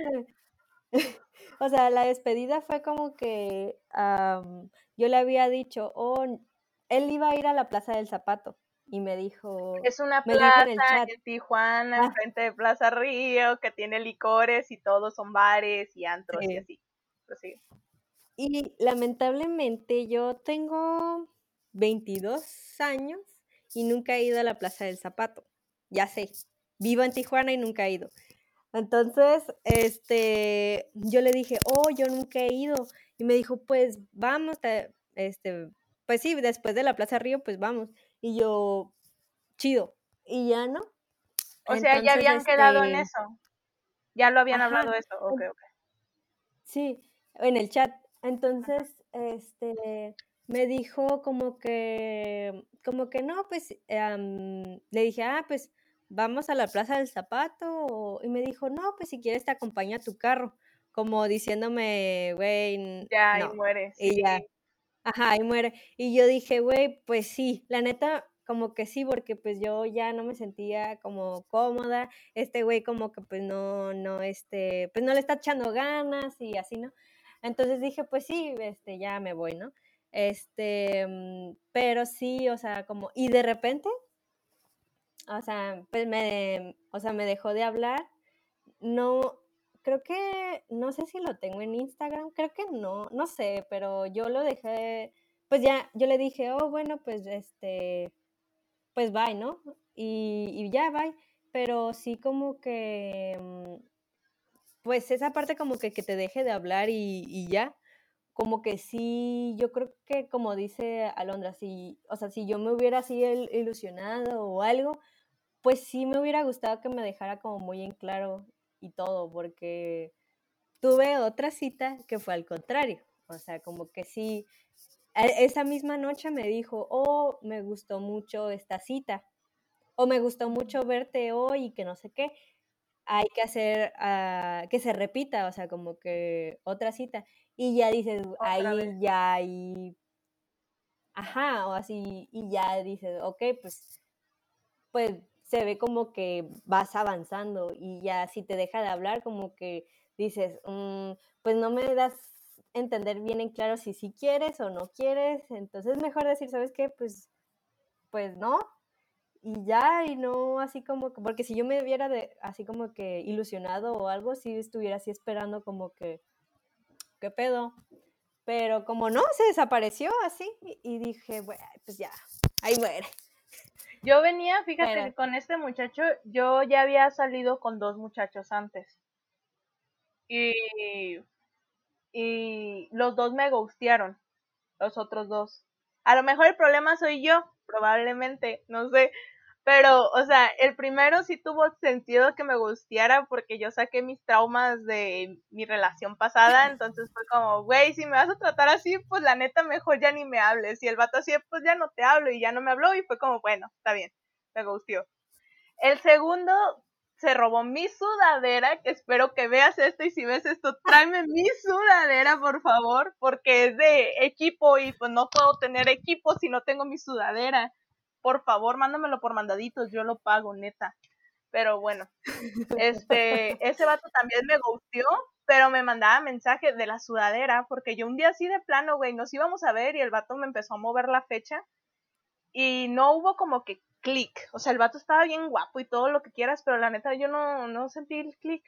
O sea, la despedida fue como que, am, yo le había dicho, oh, él iba a ir a la Plaza del Zapato, y me dijo Es una me dijo en el plaza chat. en Tijuana, Ah, enfrente de Plaza Río, que tiene licores y todos son bares y antros y sí. así. Pues sí. Y lamentablemente yo tengo veintidós años y nunca he ido a la Plaza del Zapato. Ya sé, vivo en Tijuana y nunca he ido. Entonces, este, yo le dije: "Oh, yo nunca he ido", y me dijo: "Pues vamos, te este, pues sí, después de la Plaza Río, pues vamos". Y yo: "Chido", y ya, ¿no? O sea, ya Entonces, habían quedado en este eso. Ya lo habían ajá, hablado eso. Ok, ok. sí, en el chat. Entonces, este, me dijo como que como que no, pues, am, le dije: "Ah, pues, vamos a la Plaza del Zapato", o y me dijo: "No, pues, si quieres te acompaño a tu carro", como diciéndome: "Güey, n Ya ahí no", muere, sí. y ya. Ajá, y muere. Y yo dije: "Güey, pues sí", la neta, como que sí, porque, pues, yo ya no me sentía como cómoda, este güey como que, pues, no no, este, pues, no le está echando ganas y así, ¿no? Entonces dije: "Pues sí, este, ya me voy", ¿no? Este, mm, pero sí, o sea, como y de repente, o sea, pues, me o sea, me dejó de hablar. No, creo que no sé si lo tengo en Instagram, creo que no, no sé, pero yo lo dejé, pues ya, yo le dije: "Oh, bueno, pues, este, pues bye", ¿no? Y y ya, bye. Pero sí como que, mm, pues esa parte como que que te deje de hablar y y ya, como que sí, yo creo que como dice Alondra, si, o sea, si yo me hubiera así il ilusionado o algo, pues sí me hubiera gustado que me dejara como muy en claro y todo, porque tuve otra cita que fue al contrario, o sea, como que sí, e esa misma noche me dijo: "Oh, me gustó mucho esta cita", o "Me gustó mucho verte hoy y que no sé qué". Hay que hacer, ah, que se repita, o sea, como que otra cita. Y ya dices, Otra vez. ahí ya hay ajá, o así, y ya dices: "Okey, pues pues se ve como que vas avanzando", y ya si te deja de hablar, como que dices: "Mm, pues no me das a entender bien en claro si sí quieres o no quieres", entonces mejor decir: "¿Sabes qué? Pues pues no", y ya, y no así como que porque si yo me hubiera de así como que ilusionado o algo, sí estuviera así esperando como que, ¿qué pedo? Pero como no, se desapareció así, y y dije: "Bue pues ya, ahí muere". Yo venía, fíjate Pero que con este muchacho, yo ya había salido con dos muchachos antes. Y, y los dos me ghostearon, los otros dos. A lo mejor el problema soy yo, probablemente, no sé. Pero, o sea, el primero sí tuvo sentido que me gustara porque yo saqué mis traumas de mi relación pasada, entonces fue como, güey, si me vas a tratar así, pues la neta mejor ya ni me hables. Y el vato así, pues ya no te hablo y ya no me habló y fue como, bueno, está bien, me gustó. El segundo se robó mi sudadera, que espero que veas esto y si ves esto, tráeme mi sudadera, por favor, porque es de equipo y pues no puedo tener equipo si no tengo mi sudadera. Por favor, mándamelo por mandaditos, yo lo pago, neta. Pero bueno, este, ese vato también me gustió, pero me mandaba mensaje de la sudadera, porque yo un día así de plano, güey, nos íbamos a ver y el vato me empezó a mover la fecha y no hubo como que clic. O sea, el vato estaba bien guapo y todo lo que quieras, pero la neta yo no, no sentí el clic.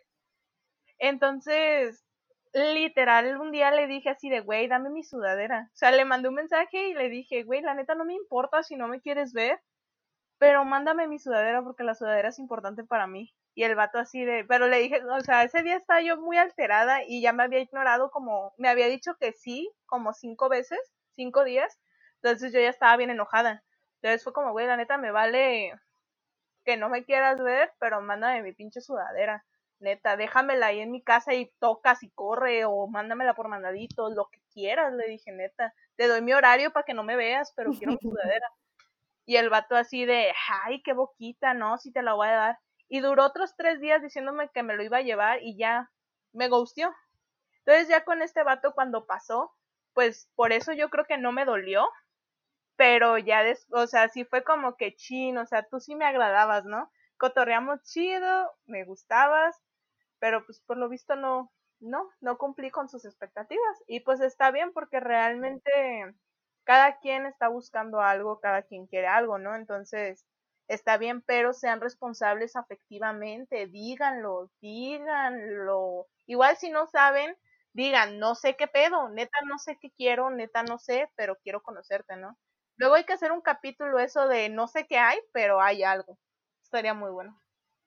Entonces, literal, un día le dije así de, güey, dame mi sudadera. O sea, le mandé un mensaje y le dije, güey, la neta no me importa si no me quieres ver, pero mándame mi sudadera porque la sudadera es importante para mí. Y el vato así de, pero le dije, o sea, ese día estaba yo muy alterada y ya me había ignorado como, me había dicho que sí, como cinco veces, cinco días. Entonces yo ya estaba bien enojada. Entonces fue como, güey, la neta me vale que no me quieras ver, pero mándame mi pinche sudadera. Neta, déjamela ahí en mi casa y tocas y corre o mándamela por mandaditos, lo que quieras, le dije, neta. Te doy mi horario para que no me veas, pero quiero mi sudadera. Y el vato así de, ay, qué boquita, no, si te la voy a dar. Y duró otros tres días diciéndome que me lo iba a llevar y ya me ghostió. Entonces ya con este vato cuando pasó, pues por eso yo creo que no me dolió, pero ya, des, o sea, sí fue como que chin, o sea, tú sí me agradabas, ¿no? Cotorreamos chido, me gustabas, pero pues por lo visto no, no, no cumplí con sus expectativas. Y pues está bien porque realmente cada quien está buscando algo, cada quien quiere algo, ¿no? Entonces, está bien, pero sean responsables afectivamente, díganlo, díganlo. Igual si no saben, digan, no sé qué pedo, neta no sé qué quiero, neta no sé, pero quiero conocerte, ¿no? Luego hay que hacer un capítulo eso de no sé qué hay, pero hay algo. Estaría muy bueno.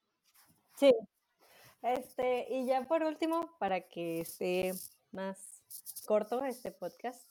Sí. Este, y ya por último, para que esté más corto este podcast,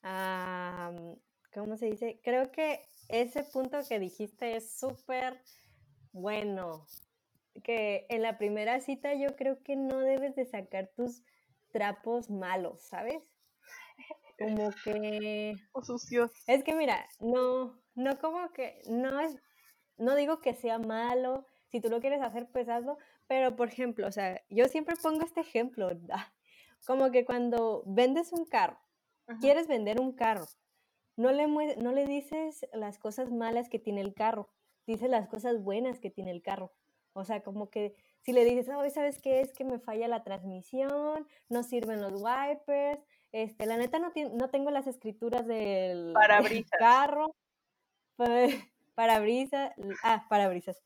um, ¿cómo se dice? Creo que ese punto que dijiste es súper bueno, que en la primera cita yo creo que no debes de sacar tus trapos malos, ¿sabes? Como que O sucios. es que mira, no, no como que, no es, no digo que sea malo, si tú lo quieres hacer, pues hazlo, pero por ejemplo, o sea, yo siempre pongo este ejemplo, ah, como que cuando vendes un carro, Ujú. quieres vender un carro, no le, mue- no le dices las cosas malas que tiene el carro, dices las cosas buenas que tiene el carro. O sea, como que si le dices, oh, ¿sabes qué? Es que me falla la transmisión, no sirven los wipers, este, la neta no, tien- no tengo las escrituras del, del Parabrisas. carro, pues, parabrisas, ah, parabrisas.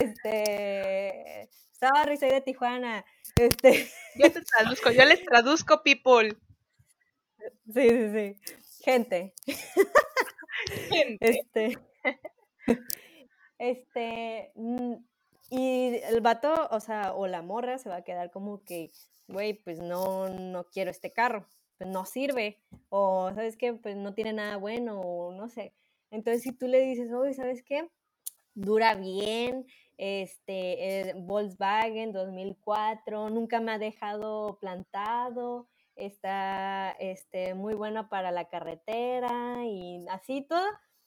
Este, sorry, soy de Tijuana. Este, Yo te traduzco, yo les traduzco, people. sí, sí, sí. Gente, Gente. este, este, mm, y el vato, o sea, o la morra se va a quedar como que, güey, pues no, no quiero este carro, pues no sirve, o sabes qué, pues no tiene nada bueno, o no sé. Entonces, si tú le dices, oye, ¿sabes qué? Dura bien, este, eh, Volkswagen dos mil cuatro, nunca me ha dejado plantado, está este, muy buena para la carretera y así todo,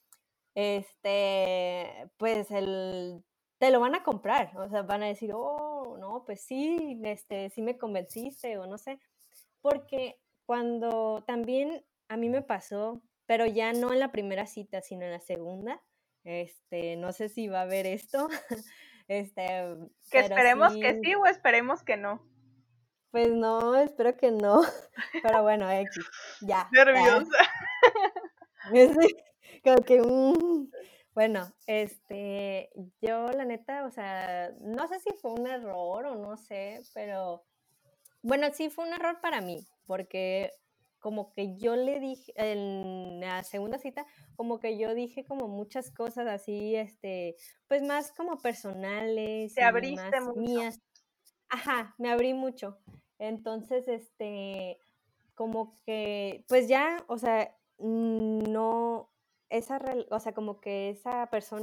este, pues el, te lo van a comprar, o sea, van a decir, oh, no, pues sí, este, sí me convenciste o no sé, porque cuando también a mí me pasó, pero ya no en la primera cita, sino en la segunda, este, no sé si va a haber esto, este, Que pero esperemos que sí, sí o esperemos que no. pues no, espero que no, pero bueno, X, ya, ya, Nerviosa. sí, como que, mm, bueno, este, yo la neta, o sea, no sé si fue un error o no sé, pero bueno, sí fue un error para mí, porque como que yo le dije, en la segunda cita, como que yo dije como muchas cosas así, este, pues más como personales Te y abriste más mucho. mías. Ajá, me abrí mucho. Entonces, este, como que, pues ya, o sea, no, esa, rel- o sea, como que esa persona,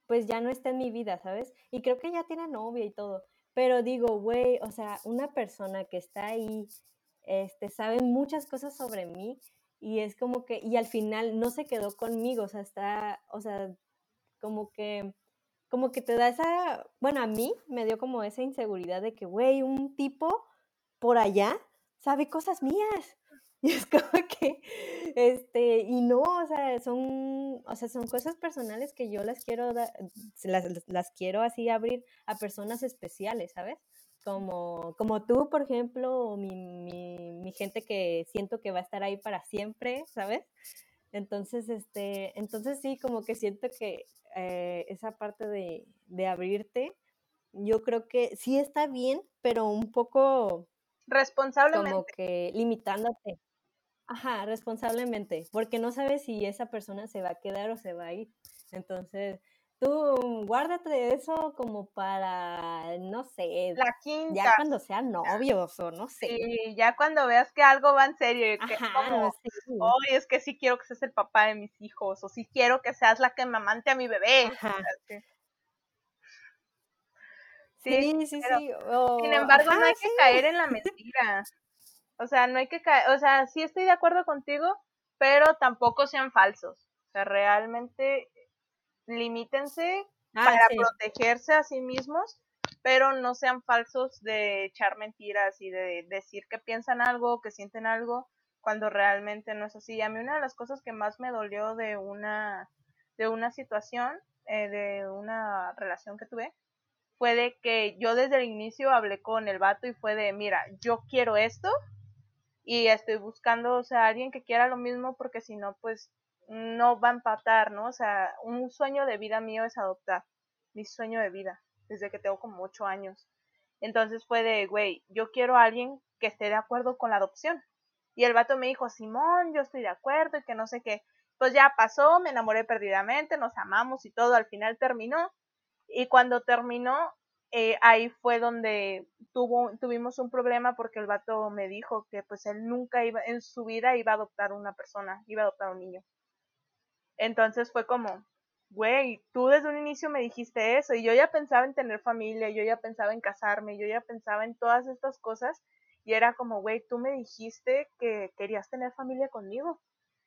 pues ya no está en mi vida, ¿sabes? Y creo que ya tiene novia y todo. Pero digo, güey, o sea, una persona que está ahí, este, sabe muchas cosas sobre mí y es como que, y al final no se quedó conmigo, o sea, está, o sea, como que, como que te da esa, bueno, a mí me dio como esa inseguridad de que, güey, un tipo por allá sabe cosas mías. Y es como que, este, y no, o sea, son, o sea, son cosas personales que yo las quiero, da- las, las quiero así abrir a personas especiales, ¿sabes? Como, como tú, por ejemplo, o mi, mi, mi gente que siento que va a estar ahí para siempre, ¿sabes? Entonces, este, entonces sí, como que siento que eh, esa parte de, de abrirte, yo creo que sí está bien, pero un poco como Responsablemente. que limitándote. Ajá, responsablemente, porque no sabes si esa persona se va a quedar o se va a ir. Entonces, tú guárdate eso como para, no sé, La quinta. ya cuando sean novios o no sé. Y ya cuando veas que algo va en serio, y que es Ajá, como, sí. oye, es que sí quiero que seas el papá de mis hijos, o sí quiero que seas la que me amante a mi bebé. Ajá. Así. Sí, sí, Sí, sí, pero sí. sin O, embargo ajá, no hay que sí. caer en la mentira. O sea, no hay que caer, o sea, sí estoy de acuerdo contigo, pero tampoco sean falsos. O sea, realmente limítense Ah, para sí. protegerse a sí mismos, pero no sean falsos de echar mentiras y de decir que piensan algo, que sienten algo, cuando realmente no es así. A mí una de las cosas que más me dolió de una, de una situación, eh, de una relación que tuve, fue de que yo desde el inicio hablé con el vato y fue de, mira, yo quiero esto y estoy buscando, o sea, alguien que quiera lo mismo porque si no, pues no va a empatar, ¿no? O sea, un sueño de vida mío es adoptar, mi sueño de vida, desde que tengo como ocho años. Entonces fue de, güey, yo quiero a alguien que esté de acuerdo con la adopción. Y el vato me dijo, Simón, yo estoy de acuerdo y que no sé qué. Pues ya pasó, me enamoré perdidamente, nos amamos y todo, al final terminó. Y cuando terminó, eh, ahí fue donde tuvo, tuvimos un problema porque el vato me dijo que pues él nunca iba, en su vida iba a adoptar una persona, iba a adoptar un niño. Entonces fue como, güey, tú desde un inicio me dijiste eso y yo ya pensaba en tener familia, yo ya pensaba en casarme, yo ya pensaba en todas estas cosas y era como, güey, tú me dijiste que querías tener familia conmigo.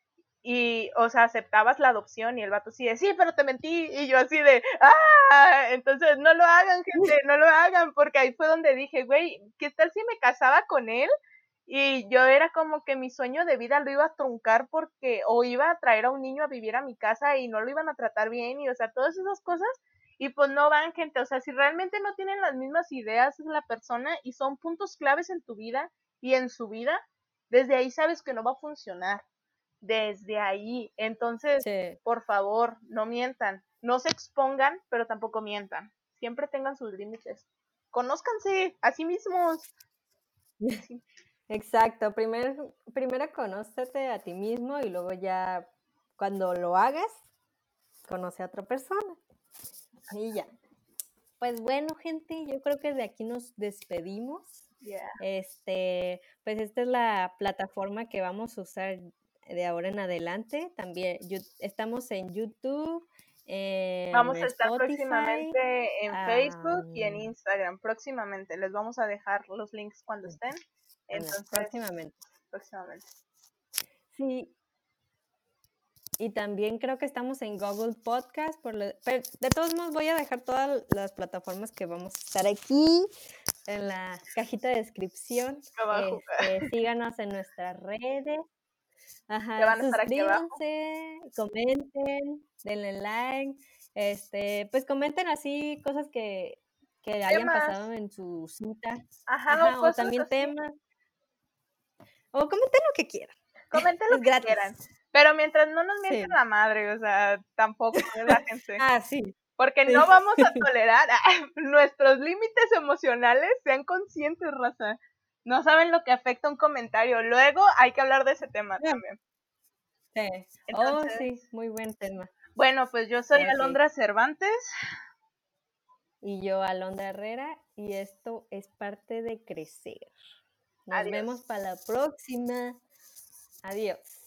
Y, o sea, aceptabas la adopción y el vato así de, sí, pero te mentí. Y yo así de, ¡ah! Entonces, no lo hagan, gente, no lo hagan, porque ahí fue donde dije, güey, ¿qué tal si me casaba con él? Y yo era como que mi sueño de vida lo iba a truncar porque, o iba a traer a un niño a vivir a mi casa y no lo iban a tratar bien, y o sea, todas esas cosas, y pues no van, gente, o sea, si realmente no tienen las mismas ideas la persona y son puntos claves en tu vida y en su vida, desde ahí sabes que no va a funcionar desde ahí. Entonces, Sí. por favor, no mientan. No se expongan, pero tampoco mientan. Siempre tengan sus límites. Conózcanse a sí mismos. Sí. Exacto. Primero, primero conócete a ti mismo y luego ya cuando lo hagas, conoce a otra persona. Y ya. Pues bueno, gente, yo creo que de aquí nos despedimos. Yeah. Este, pues esta es la plataforma que vamos a usar de ahora en adelante. También yo, estamos en YouTube, en Vamos a estar Spotify. próximamente en Facebook y en Um, Instagram. Próximamente. Les vamos a dejar los links cuando estén. bueno, Entonces, próximamente. próximamente. Sí, y también creo que estamos en Google Podcast. Por lo, pero de todos modos voy a dejar todas las plataformas que vamos a estar aquí en la cajita de descripción. Abajo. Este, síganos en nuestras redes. Ya Ajá, van a estar aquí abajo. suscríbanse, comenten, denle like, este, pues comenten así cosas que, que hayan Temas. pasado en su cita, Ajá, o ajá, o cosas también así. temas, o comenten lo que quieran, Comenten lo es que gratis. quieran. Pero mientras no nos mientan Sí. la madre, o sea, tampoco relájense. Ah, sí, Porque sí. no vamos a tolerar nuestros límites emocionales, sean conscientes, raza. No saben lo que afecta un comentario. Luego hay que hablar de ese tema también. Sí. Oh, Entonces, sí, muy buen tema. bueno, pues yo soy Ok. Alondra Cervantes. Y yo, Alondra Herrera, y esto es parte de crecer. Nos Adiós. vemos para la próxima. Adiós.